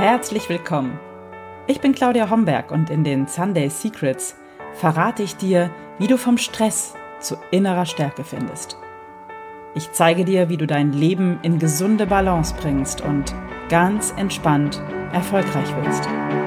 Herzlich willkommen. Ich bin Claudia Homberg und in den Sunday Secrets verrate ich dir, wie du vom Stress zu innerer Stärke findest. Ich zeige dir, wie du dein Leben in gesunde Balance bringst und ganz entspannt erfolgreich wirst.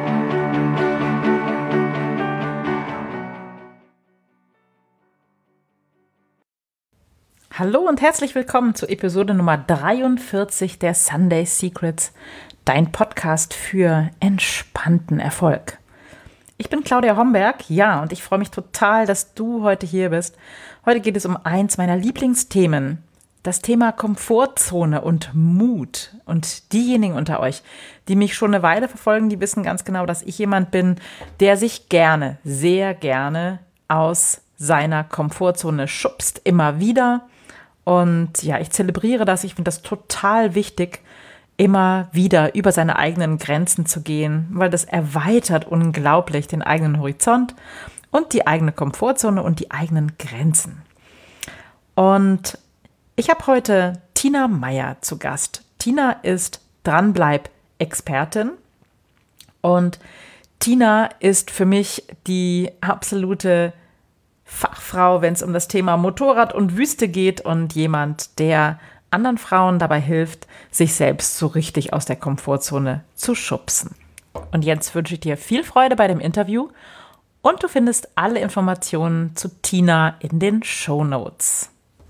Hallo und herzlich willkommen zur Episode Nummer 43 der Sunday Secrets, dein Podcast für entspannten Erfolg. Ich bin Claudia Homberg, ja, und ich freue mich total, dass du heute hier bist. Heute geht es um eins meiner Lieblingsthemen, das Thema Komfortzone und Mut. Und diejenigen unter euch, die mich schon eine Weile verfolgen, die wissen ganz genau, dass ich jemand bin, der sich gerne, sehr gerne aus seiner Komfortzone schubst, immer wieder. Und ja, ich zelebriere das, ich finde das total wichtig, immer wieder über seine eigenen Grenzen zu gehen, weil das erweitert unglaublich den eigenen Horizont und die eigene Komfortzone und die eigenen Grenzen. Und ich habe heute Tina Meyer zu Gast. Tina ist Dranbleib-Expertin und Tina ist für mich die absolute Fachfrau, wenn es um das Thema Motorrad und Wüste geht und jemand, der anderen Frauen dabei hilft, sich selbst so richtig aus der Komfortzone zu schubsen. Und jetzt wünsche ich dir viel Freude bei dem Interview und du findest alle Informationen zu Tina in den Shownotes.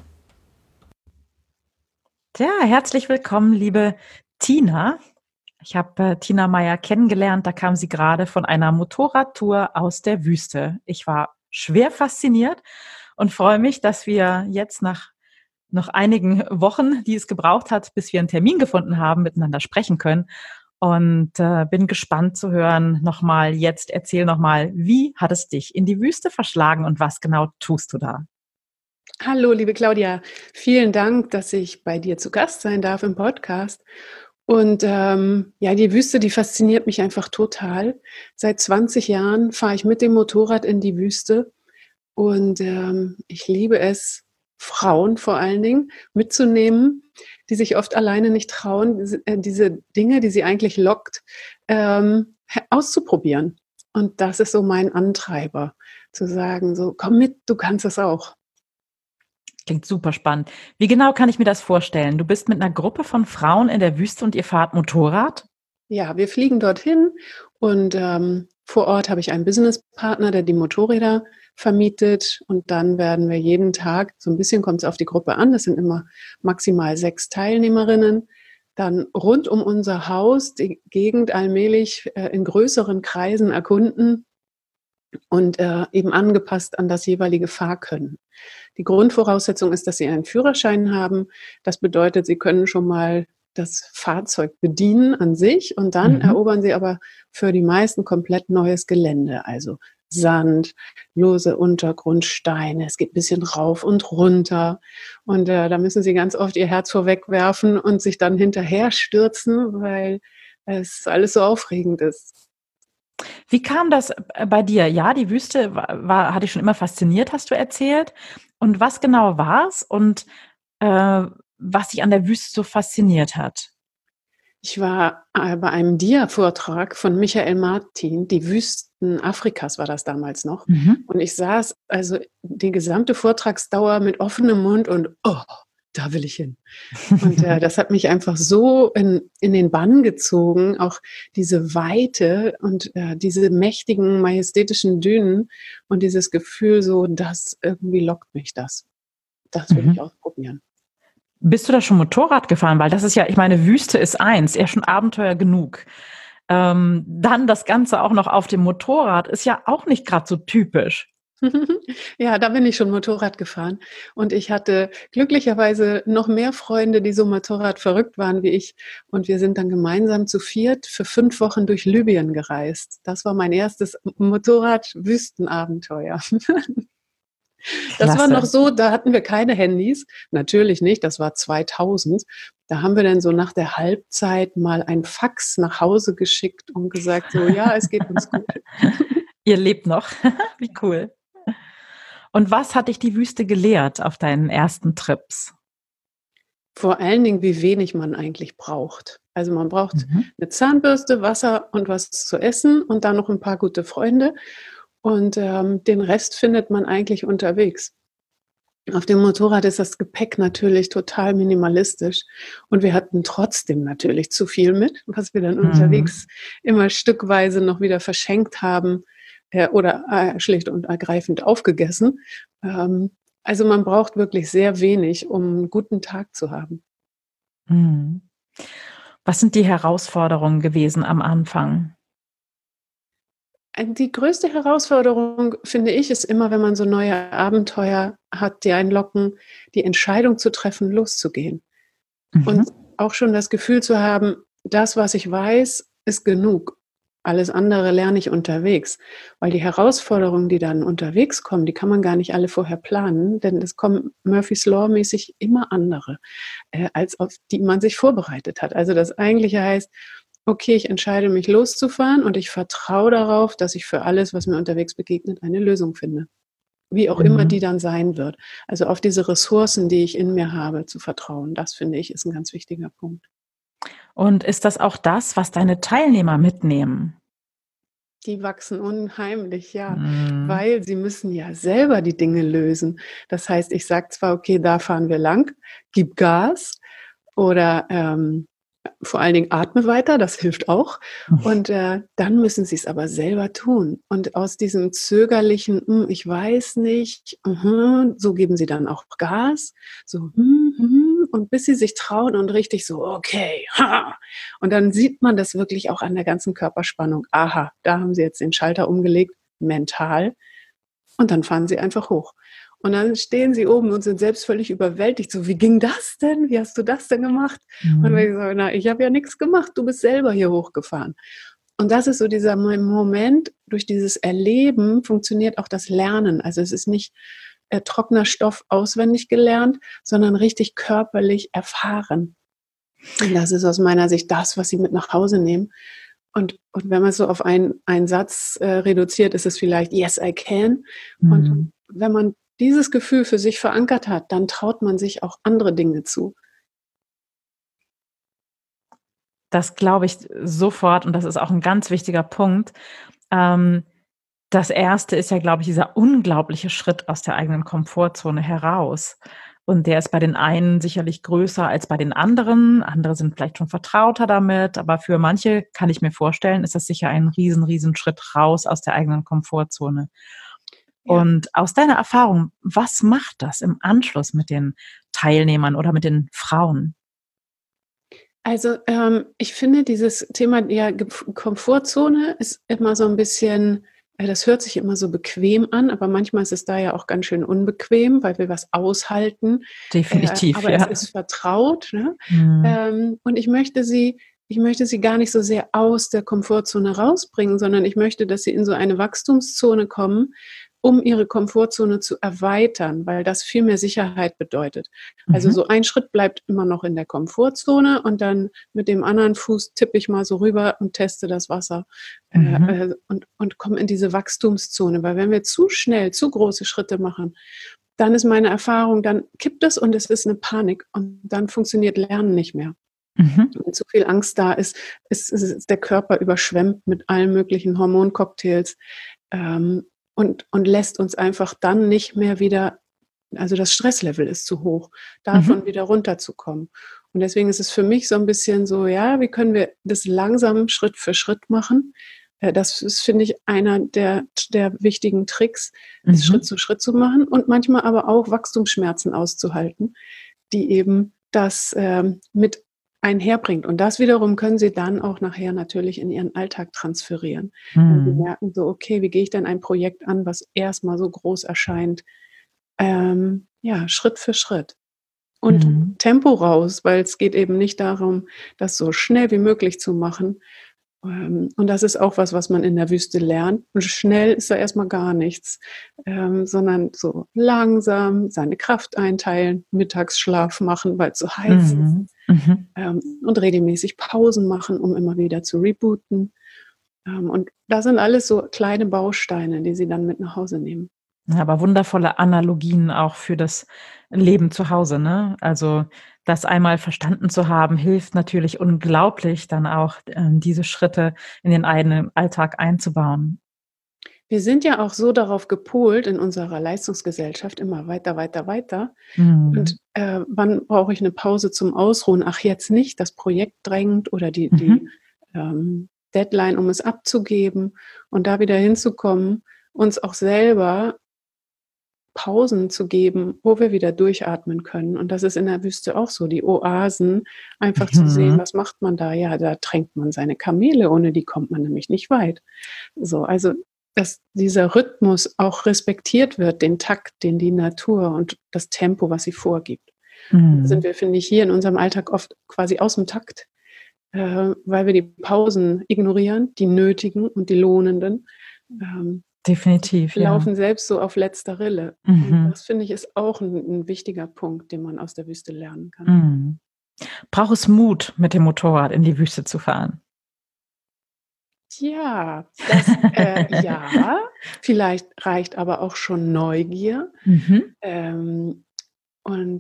Ja, herzlich willkommen, liebe Tina. Ich habe Tina Meyer kennengelernt, da kam sie gerade von einer Motorradtour aus der Wüste. Ich war schwer fasziniert und freue mich, dass wir jetzt nach noch einigen Wochen, die es gebraucht hat, bis wir einen Termin gefunden haben, miteinander sprechen können. Und bin gespannt zu hören, erzähl nochmal, wie hat es dich in die Wüste verschlagen und was genau tust du da? Hallo, liebe Claudia. Vielen Dank, dass ich bei dir zu Gast sein darf im Podcast. Und die Wüste, die fasziniert mich einfach total. Seit 20 Jahren fahre ich mit dem Motorrad in die Wüste und ich liebe es, Frauen vor allen Dingen mitzunehmen, die sich oft alleine nicht trauen, diese Dinge, die sie eigentlich lockt, auszuprobieren. Und das ist so mein Antreiber, zu sagen, so komm mit, du kannst es auch. Klingt super spannend. Wie genau kann ich mir das vorstellen? Du bist mit einer Gruppe von Frauen in der Wüste und ihr fahrt Motorrad? Ja, wir fliegen dorthin und vor Ort habe ich einen Businesspartner, der die Motorräder vermietet und dann werden wir jeden Tag, so ein bisschen kommt es auf die Gruppe an, das sind immer maximal 6 Teilnehmerinnen, dann rund um unser Haus die Gegend allmählich in größeren Kreisen erkunden und eben angepasst an das jeweilige Fahrkönnen. Die Grundvoraussetzung ist, dass Sie einen Führerschein haben. Das bedeutet, Sie können schon mal das Fahrzeug bedienen an sich und dann erobern Sie aber für die meisten komplett neues Gelände, also Sand, lose Untergrund, Steine, es geht ein bisschen rauf und runter und da müssen Sie ganz oft Ihr Herz vorwegwerfen und sich dann hinterher stürzen, weil es alles so aufregend ist. Wie kam das bei dir? Ja, die Wüste hat dich schon immer fasziniert, hast du erzählt. Und was genau war es und was dich an der Wüste so fasziniert hat? Ich war bei einem Dia-Vortrag von Michael Martin, die Wüsten Afrikas war das damals noch. Mhm. Und ich saß also die gesamte Vortragsdauer mit offenem Mund und oh, da will ich hin. Und das hat mich einfach so in den Bann gezogen, auch diese Weite und diese mächtigen, majestätischen Dünen und dieses Gefühl so, das irgendwie lockt mich das. Das will ich ausprobieren. Bist du da schon Motorrad gefahren? Weil das ist ja, ich meine, Wüste ist eins, ja schon Abenteuer genug. Dann das Ganze auch noch auf dem Motorrad ist ja auch nicht gerade so typisch. Ja, da bin ich schon Motorrad gefahren und ich hatte glücklicherweise noch mehr Freunde, die so Motorrad verrückt waren wie ich und wir sind dann gemeinsam zu 4 für 5 Wochen durch Libyen gereist. Das war mein erstes Motorrad-Wüstenabenteuer. Das war noch Klasse. so, da hatten wir keine Handys, natürlich nicht, das war 2000. Da haben wir dann so nach der Halbzeit mal ein Fax nach Hause geschickt und gesagt so: „Ja, es geht uns gut." Ihr lebt noch. Wie cool. Und was hat dich die Wüste gelehrt auf deinen ersten Trips? Vor allen Dingen, wie wenig man eigentlich braucht. Also man braucht Mhm. eine Zahnbürste, Wasser und was zu essen und dann noch ein paar gute Freunde und, den Rest findet man eigentlich unterwegs. Auf dem Motorrad ist das Gepäck natürlich total minimalistisch und wir hatten trotzdem natürlich zu viel mit, was wir dann Mhm. unterwegs immer stückweise noch wieder verschenkt haben, oder, schlicht und ergreifend aufgegessen. Ähm, also, man braucht wirklich sehr wenig, um 'n guten Tag zu haben. Mhm. Was sind die Herausforderungen gewesen am Anfang? Die größte Herausforderung, finde ich, ist immer, wenn man so neue Abenteuer hat, die einen locken, die Entscheidung zu treffen, loszugehen. Und Mhm. auch schon das Gefühl zu haben, das, was ich weiß, ist genug. Alles andere lerne ich unterwegs. Weil die Herausforderungen, die dann unterwegs kommen, die kann man gar nicht alle vorher planen, denn es kommen Murphy's Law-mäßig immer andere, als auf die man sich vorbereitet hat. Also das Eigentliche heißt, okay, ich entscheide mich loszufahren und ich vertraue darauf, dass ich für alles, was mir unterwegs begegnet, eine Lösung finde. Wie auch immer die Mhm. dann sein wird. Also auf diese Ressourcen, die ich in mir habe, zu vertrauen. Das finde ich, ist ein ganz wichtiger Punkt. Und ist das auch das, was deine Teilnehmer mitnehmen? Die wachsen unheimlich, ja, Mhm. weil sie müssen ja selber die Dinge lösen. Das heißt, ich sage zwar: „Okay, da fahren wir lang, gib Gas“ oder, vor allen Dingen atme weiter, das hilft auch. Und, dann müssen sie es aber selber tun. Und aus diesem zögerlichen: ich weiß nicht, so geben sie dann auch Gas, so, und bis sie sich trauen und richtig so: „Okay, ha!“ Und dann sieht man das wirklich auch an der ganzen Körperspannung. Aha, da haben sie jetzt den Schalter umgelegt, mental. Und dann fahren sie einfach hoch. Und dann stehen sie oben und sind selbst völlig überwältigt, so: „Wie ging das denn? Wie hast du das denn gemacht?“ Und Mhm. ich so: „Na, ich habe ja nix gemacht, du bist selber hier hochgefahren.“ Und das ist so dieser Moment, durch dieses Erleben funktioniert auch das Lernen. Also, es ist nicht, trockener Stoff auswendig gelernt, sondern richtig körperlich erfahren. Und das ist aus meiner Sicht das, was sie mit nach Hause nehmen. Und wenn man es so auf einen Satz, reduziert, ist es vielleicht: „Yes, I can.“ Und Mhm. wenn man dieses Gefühl für sich verankert hat, dann traut man sich auch andere Dinge zu. Das glaube ich sofort und das ist auch 'n ganz wichtiger Punkt. Ähm, Das erste ist ja, glaube ich, dieser unglaubliche Schritt aus der eigenen Komfortzone heraus. Und der ist bei den einen sicherlich größer als bei den anderen. Andere sind vielleicht schon vertrauter damit, aber für manche, kann ich mir vorstellen, ist das sicher ein riesen Schritt raus aus der eigenen Komfortzone. Ja. Und aus deiner Erfahrung, was macht das im Anschluss mit den Teilnehmern oder mit den Frauen? Also, ich finde dieses Thema, ja, Komfortzone ist immer so ein bisschen, das hört sich immer so bequem an, aber manchmal ist es da ja auch ganz schön unbequem, weil wir was aushalten, Definitiv, aber es ja. ist vertraut, ne? Mhm. Und ich möchte sie gar nicht so sehr aus der Komfortzone rausbringen, sondern ich möchte, dass sie in so eine Wachstumszone kommen, um ihre Komfortzone zu erweitern, weil das viel mehr Sicherheit bedeutet. Also, Mhm. so ein Schritt bleibt immer noch in der Komfortzone und dann mit dem anderen Fuß tippe ich mal so rüber und teste das Wasser, Mhm. und komme in diese Wachstumszone. Weil wenn wir zu schnell zu große Schritte machen, dann ist meine Erfahrung, dann kippt es und es ist eine Panik und dann funktioniert Lernen nicht mehr. Mhm. Wenn zu viel Angst da ist, ist der Körper überschwemmt mit allen möglichen Hormoncocktails, und lässt uns einfach dann nicht mehr wieder, also das Stresslevel ist zu hoch, davon Mhm. wieder runterzukommen. Und deswegen ist es für mich so ein bisschen so, ja, wie können wir das langsam Schritt für Schritt machen? Das ist, finde ich, einer der wichtigen Tricks, es Schritt Mhm. zu Schritt zu machen und manchmal aber auch Wachstumsschmerzen auszuhalten, die eben das, mit einherbringt. Und das wiederum können Sie dann auch nachher natürlich in Ihren Alltag transferieren. Wenn Sie Mhm. merken, so: „Okay, wie gehe ich denn ein Projekt an, was erst mal so groß erscheint?“ ja, Schritt für Schritt. Und Mhm. Tempo raus, weil es geht eben nicht darum, das so schnell wie möglich zu machen. Und das ist auch was, was man in der Wüste lernt. Und schnell ist da erst mal gar nichts, sondern so langsam seine Kraft einteilen, Mittagsschlaf machen, weil's so heiß ist, Mhm. Mhm. und regelmäßig Pausen machen, um immer wieder zu rebooten. Und das sind alles so kleine Bausteine, die Sie dann mit nach Hause nehmen. Ja, aber wundervolle Analogien auch für das Leben zu Hause, ne? Also, das einmal verstanden zu haben, hilft natürlich unglaublich, dann auch, diese Schritte in den eigenen Alltag einzubauen. Wir sind ja auch so darauf gepolt in unserer Leistungsgesellschaft, immer weiter, weiter, weiter. Mhm. Und, wann brauche ich eine Pause zum Ausruhen? Ach, jetzt nicht, das Projekt drängt oder die Mhm. Deadline, um es abzugeben. Und da wieder hinzukommen, uns auch selber Pausen zu geben, wo wir wieder durchatmen können. Und das ist in der Wüste auch so, die Oasen, einfach zu sehen, Mhm. was macht man da? Ja, da tränkt man seine Kamele, ohne die kommt man nämlich nicht weit. So, also, dass dieser Rhythmus auch respektiert wird, den Takt, den die Natur und das Tempo, was sie vorgibt. Und da sind Mhm. wir, finde ich, hier in unserem Alltag oft quasi aus dem Takt, weil wir die Pausen ignorieren, die nötigen und die lohnenden. Ähm, Definitiv, ja. Laufen selbst so auf letzter Rille. Und Mhm. das, finde ich, ist auch ein wichtiger Punkt, den man aus der Wüste lernen kann. Mhm. Braucht es Mut, mit dem Motorrad in die Wüste zu fahren? Tja, ja, vielleicht reicht aber auch schon Neugier. Mhm. Ähm, und,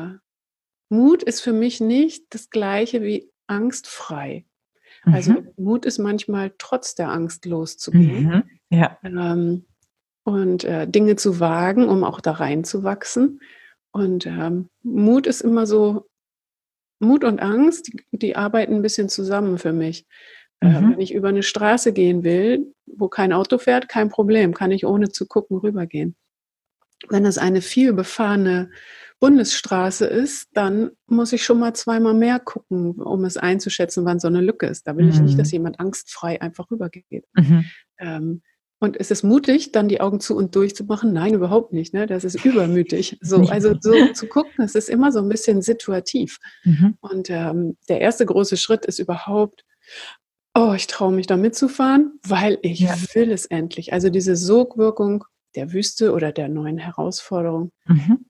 Mut ist für mich nicht das Gleiche wie angstfrei. Mhm. Also, Mut ist manchmal trotz der Angst loszugehen, Mhm. Ja. ähm, und, Dinge zu wagen, um auch da reinzuwachsen. Und, Mut ist immer so, Mut und Angst, die arbeiten ein bisschen zusammen für mich. Wenn Mhm. ich über eine Straße gehen will, wo kein Auto fährt, kein Problem, kann ich ohne zu gucken rübergehen. Wenn es eine viel befahrene Bundesstraße ist, dann muss ich schon mal zweimal mehr gucken, um es einzuschätzen, wann so 'ne Lücke ist. Da will ich nicht, dass Mhm. jemand angstfrei einfach rübergeht. Mhm. Ähm, und ist es mutig, dann die Augen zu und durchzumachen? Nein, überhaupt nicht, ne? Das ist übermütig. So, Nicht also, so zu gucken, es ist immer so 'n bisschen situativ. mhm. Und, der erste große Schritt ist überhaupt: „Oh, ich traue mich da mitzufahren, weil Ja. ich will es endlich.“ Also, diese Sogwirkung der Wüste oder der neuen Herausforderung Mhm.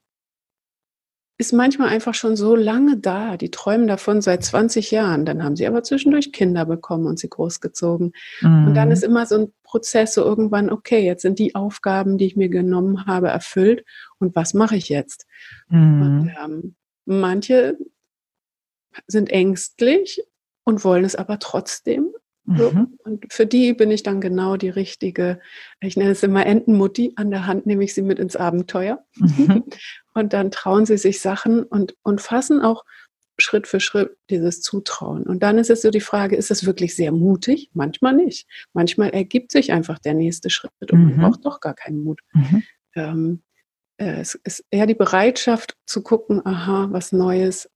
ist manchmal einfach schon so lange da. Die träumen davon seit 20 Jahren. Dann haben sie aber zwischendurch Kinder bekommen und sie großgezogen. Und dann ist Mhm. immer so 'n Prozess, so irgendwann: „Okay, jetzt sind die Aufgaben, die ich mir genommen habe, erfüllt und was mache ich jetzt?“ Und, Mhm. manche sind ängstlich und wollen es aber trotzdem. So, Mhm. und für die bin ich dann genau die richtige, ich nenne es immer Entenmutti, an der Hand nehme ich sie mit ins Abenteuer. Mhm. Und dann trauen sie sich Sachen und fassen auch Schritt für Schritt dieses Zutrauen. Und dann ist es so die Frage, ist es wirklich sehr mutig? Manchmal nicht. Manchmal ergibt sich einfach der nächste Schritt und man Mhm. braucht doch gar keinen Mut. Mhm. Ähm, es ist eher die Bereitschaft zu gucken: „Aha, was Neues.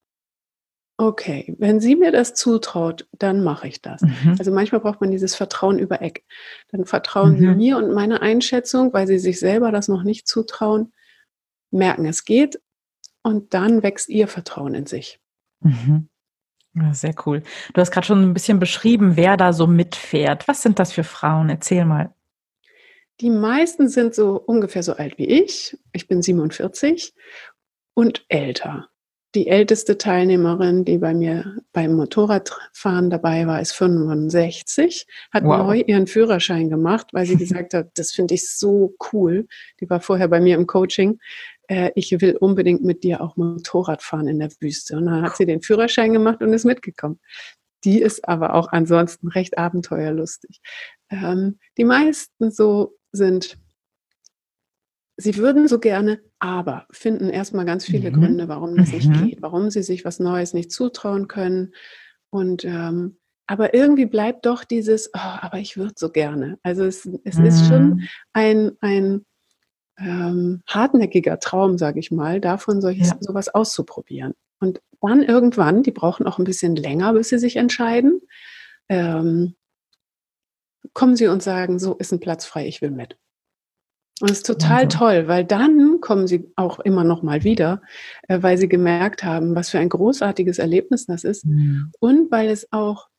Okay, wenn sie mir das zutraut, dann mache ich das.“ Mhm. Also, manchmal braucht man dieses Vertrauen über Eck. Dann vertrauen sie Mhm. mir und meiner Einschätzung, weil sie sich selber das noch nicht zutrauen, merken, es geht, und dann wächst ihr Vertrauen in sich. Mhm. Ja, sehr cool. Du hast grad schon 'n bisschen beschrieben, wer da so mitfährt. Was sind das für Frauen? Erzähl mal. Die meisten sind so ungefähr so alt wie ich. Ich bin 47 und älter. Die älteste Teilnehmerin, die bei mir beim Motorradfahren dabei war, ist 65, hat Wow. neu ihren Führerschein gemacht, weil sie gesagt hat: „Das finde ich so cool.“ Die war vorher bei mir im Coaching. „Ich will unbedingt mit dir auch Motorrad fahren in der Wüste.“ Und dann hat sie den Führerschein gemacht und ist mitgekommen. Die ist aber auch ansonsten recht abenteuerlustig. Die meisten so sind, sie würden so gerne, aber finden erst mal ganz viele Mhm. Gründe, warum das nicht Mhm. geht, warum sie sich was Neues nicht zutrauen können. Und, aber irgendwie bleibt doch dieses: „Oh, aber ich würde so gerne.“ Also, es ist schon Mhm. ein, hartnäckiger Traum, sage ich mal, davon solches Ja. so was auszuprobieren. Und dann irgendwann, die brauchen auch 'n bisschen länger, bis sie sich entscheiden, ähm, kommen sie und sagen: „So, ist 'n Platz frei, ich will mit.“ Und das ist total Wahnsinn. toll, weil dann kommen sie auch immer noch mal wieder, weil sie gemerkt haben, was für ein großartiges Erlebnis das ist, Mhm. und weil es auch,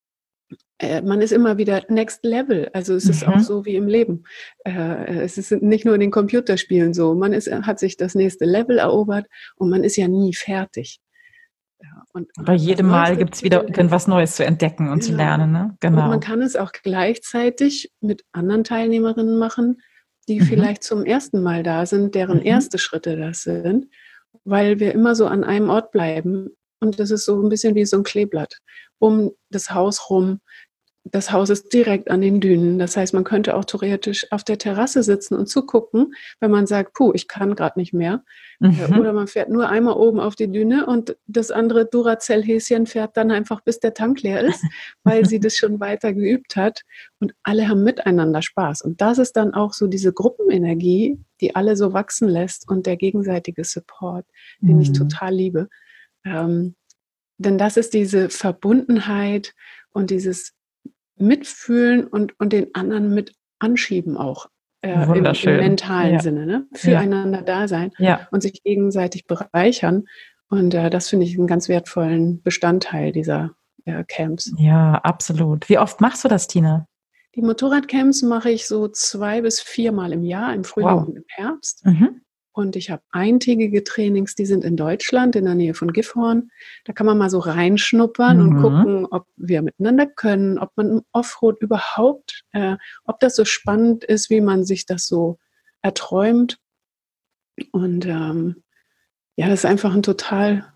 man ist immer wieder Next Level. Also, es ist auch Mhm. so wie im Leben. Es ist nicht nur in den Computerspielen so. Man ist hat sich das nächste Level erobert und man ist ja nie fertig. Ja, und Bei was jedem Neues Mal gibt's wieder dazuzulernen. irgendwas Neues zu entdecken und zu Genau. lernen, ne? Und man Genau. kann es auch gleichzeitig mit anderen Teilnehmerinnen machen. die vielleicht zum ersten Mal da sind, deren erste Schritte das sind, weil wir immer so an einem Ort bleiben. Und das ist so ein bisschen wie so ein Kleeblatt um das Haus rum. Das Haus ist direkt an den Dünen. Das heißt, man könnte auch theoretisch auf der Terrasse sitzen und zugucken, wenn man sagt, puh, ich kann gerade nicht mehr. Oder man fährt nur einmal oben auf die Düne und das andere Duracell-Häschen fährt dann einfach, bis der Tank leer ist, weil sie das schon weiter geübt hat. Und alle haben miteinander Spaß. Und das ist dann auch so diese Gruppenenergie, die alle so wachsen lässt und der gegenseitige Support, den ich total liebe. Denn das ist diese Verbundenheit und dieses Mitfühlen und den anderen mit anschieben auch im mentalen Sinne, ne? Füreinander da sein und sich gegenseitig bereichern. Und das finde ich einen ganz wertvollen Bestandteil dieser Camps. Ja, absolut. Wie oft machst du das, Tina? Die Motorradcamps mache ich so 2 bis 4 Mal im Jahr, im Frühling und im Herbst. Und ich habe eintägige Trainings, die sind in Deutschland, in der Nähe von Gifhorn. Da kann man mal so reinschnuppern und gucken, ob wir miteinander können, ob man im Offroad überhaupt, ob das so spannend ist, wie man sich das so erträumt. Und das ist einfach ein total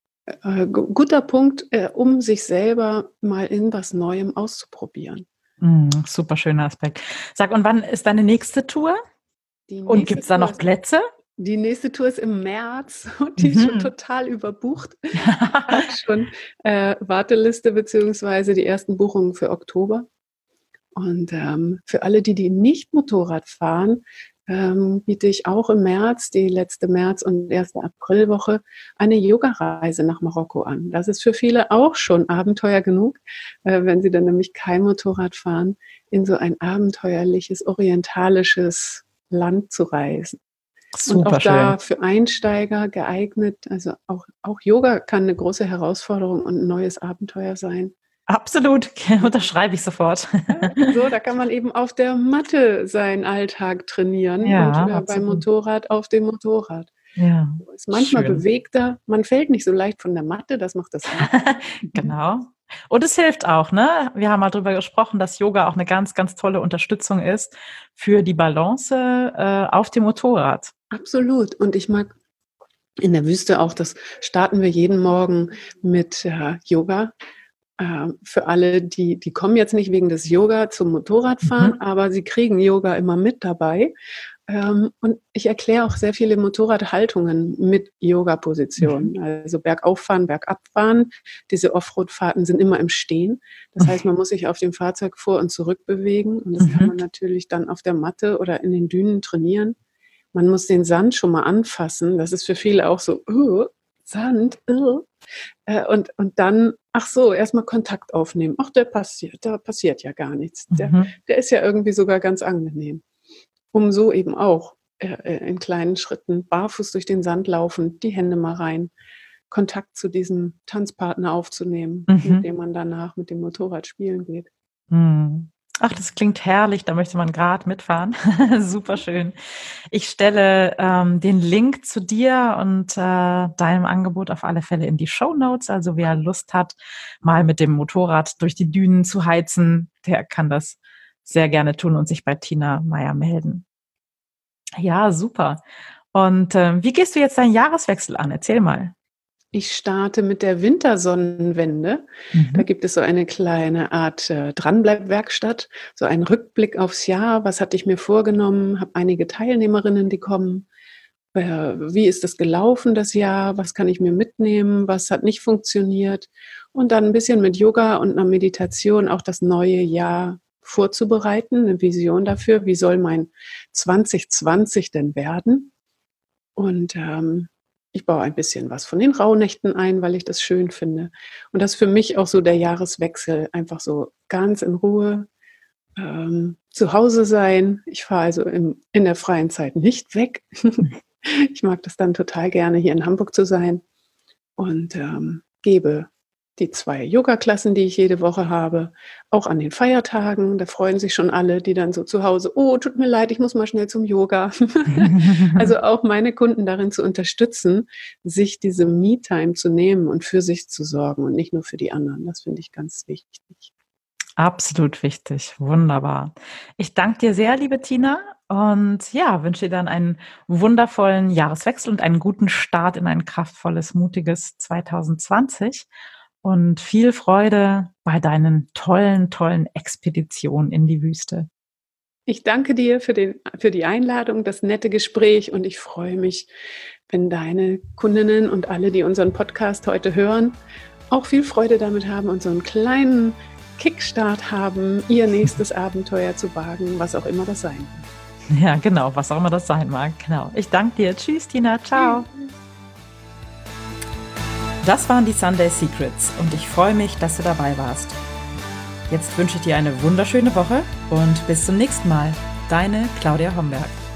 guter Punkt, um sich selber mal in was Neuem auszuprobieren. Super schöner Aspekt. Sag, und wann ist deine nächste Tour? Und gibt es da noch Plätze? Die nächste Tour ist im März und die ist schon total überbucht. Ich habe schon Warteliste beziehungsweise die ersten Buchungen für Oktober. Und für alle, die nicht Motorrad fahren, biete ich auch im März, die letzte März- und erste Aprilwoche, eine Yoga-Reise nach Marokko an. Das ist für viele auch schon Abenteuer genug, wenn sie dann nämlich kein Motorrad fahren, in so ein abenteuerliches, orientalisches Land zu reisen. Super und auch schön. da für Einsteiger geeignet. Also auch Yoga kann eine große Herausforderung und ein neues Abenteuer sein. Absolut, unterschreibe ich sofort. So, da kann man eben auf der Matte seinen Alltag trainieren und beim Motorrad auf dem Motorrad. Ja, ist manchmal schön. bewegter, man fällt nicht so leicht von der Matte, das macht das auch. Genau. Und es hilft auch, ne? Wir haben mal drüber gesprochen, dass Yoga auch eine ganz, ganz tolle Unterstützung ist für die Balance auf dem Motorrad. Absolut. Und ich mag in der Wüste auch, das starten wir jeden Morgen mit Yoga. Für alle, die kommen jetzt nicht wegen des Yoga zum Motorradfahren, aber sie kriegen Yoga immer mit dabei. Und ich erkläre auch sehr viele Motorradhaltungen mit Yoga-Positionen. Also bergauffahren, bergabfahren. Diese Offroad-Fahrten sind immer im Stehen. Das heißt, man muss sich auf dem Fahrzeug vor und zurück bewegen. Und das kann man natürlich dann auf der Matte oder in den Dünen trainieren. Man muss den Sand schon mal anfassen. Das ist für viele auch so, Sand, und dann, erstmal Kontakt aufnehmen. Ach, da passiert ja gar nichts. Der ist ja irgendwie sogar ganz angenehm. Um so eben auch in kleinen Schritten barfuß durch den Sand laufen, die Hände mal rein, Kontakt zu diesem Tanzpartner aufzunehmen, mit dem man danach mit dem Motorrad spielen geht. Ach, das klingt herrlich, da möchte man gerade mitfahren. Super schön. Ich stelle den Link zu dir und deinem Angebot auf alle Fälle in die Shownotes. Also wer Lust hat, mal mit dem Motorrad durch die Dünen zu heizen, der kann das sehr gerne tun und sich bei Tina Meyer melden. Ja, super. Und wie gehst du jetzt deinen Jahreswechsel an? Erzähl mal. Ich starte mit der Wintersonnenwende. Da gibt es so eine kleine Art Dranbleib-Werkstatt, so einen Rückblick aufs Jahr. Was hatte ich mir vorgenommen? Habe einige Teilnehmerinnen, die kommen. Wie ist das gelaufen, das Jahr? Was kann ich mir mitnehmen? Was hat nicht funktioniert? Und dann ein bisschen mit Yoga und einer Meditation auch das neue Jahr vorzubereiten, eine Vision dafür. Wie soll mein 2020 denn werden? Und ich baue ein bisschen was von den Rauhnächten ein, weil ich das schön finde. Und das ist für mich auch so der Jahreswechsel, einfach so ganz in Ruhe zu Hause sein. Ich fahre also in der freien Zeit nicht weg. Ich mag das dann total gerne, hier in Hamburg zu sein und gebe die 2 Yoga-Klassen, die ich jede Woche habe, auch an den Feiertagen. Da freuen sich schon alle, die dann so zu Hause, oh, tut mir leid, ich muss mal schnell zum Yoga. Also auch meine Kunden darin zu unterstützen, sich diese Me-Time zu nehmen und für sich zu sorgen und nicht nur für die anderen. Das finde ich ganz wichtig. Absolut wichtig. Wunderbar. Ich danke dir sehr, liebe Tina, und ja, wünsche dir dann einen wundervollen Jahreswechsel und einen guten Start in ein kraftvolles, mutiges 2020 und viel Freude bei deinen tollen, tollen Expeditionen in die Wüste. Ich danke dir für die Einladung, das nette Gespräch, und ich freue mich, wenn deine Kundinnen und alle, die unseren Podcast heute hören, auch viel Freude damit haben und so einen kleinen Kickstart haben, ihr nächstes Abenteuer zu wagen, was auch immer das sein wird. Ja, genau, was auch immer das sein mag. Genau. Ich danke dir. Tschüss, Tina. Ciao. Das waren die Sunday Secrets und ich freue mich, dass du dabei warst. Jetzt wünsche ich dir eine wunderschöne Woche und bis zum nächsten Mal. Deine Claudia Homberg.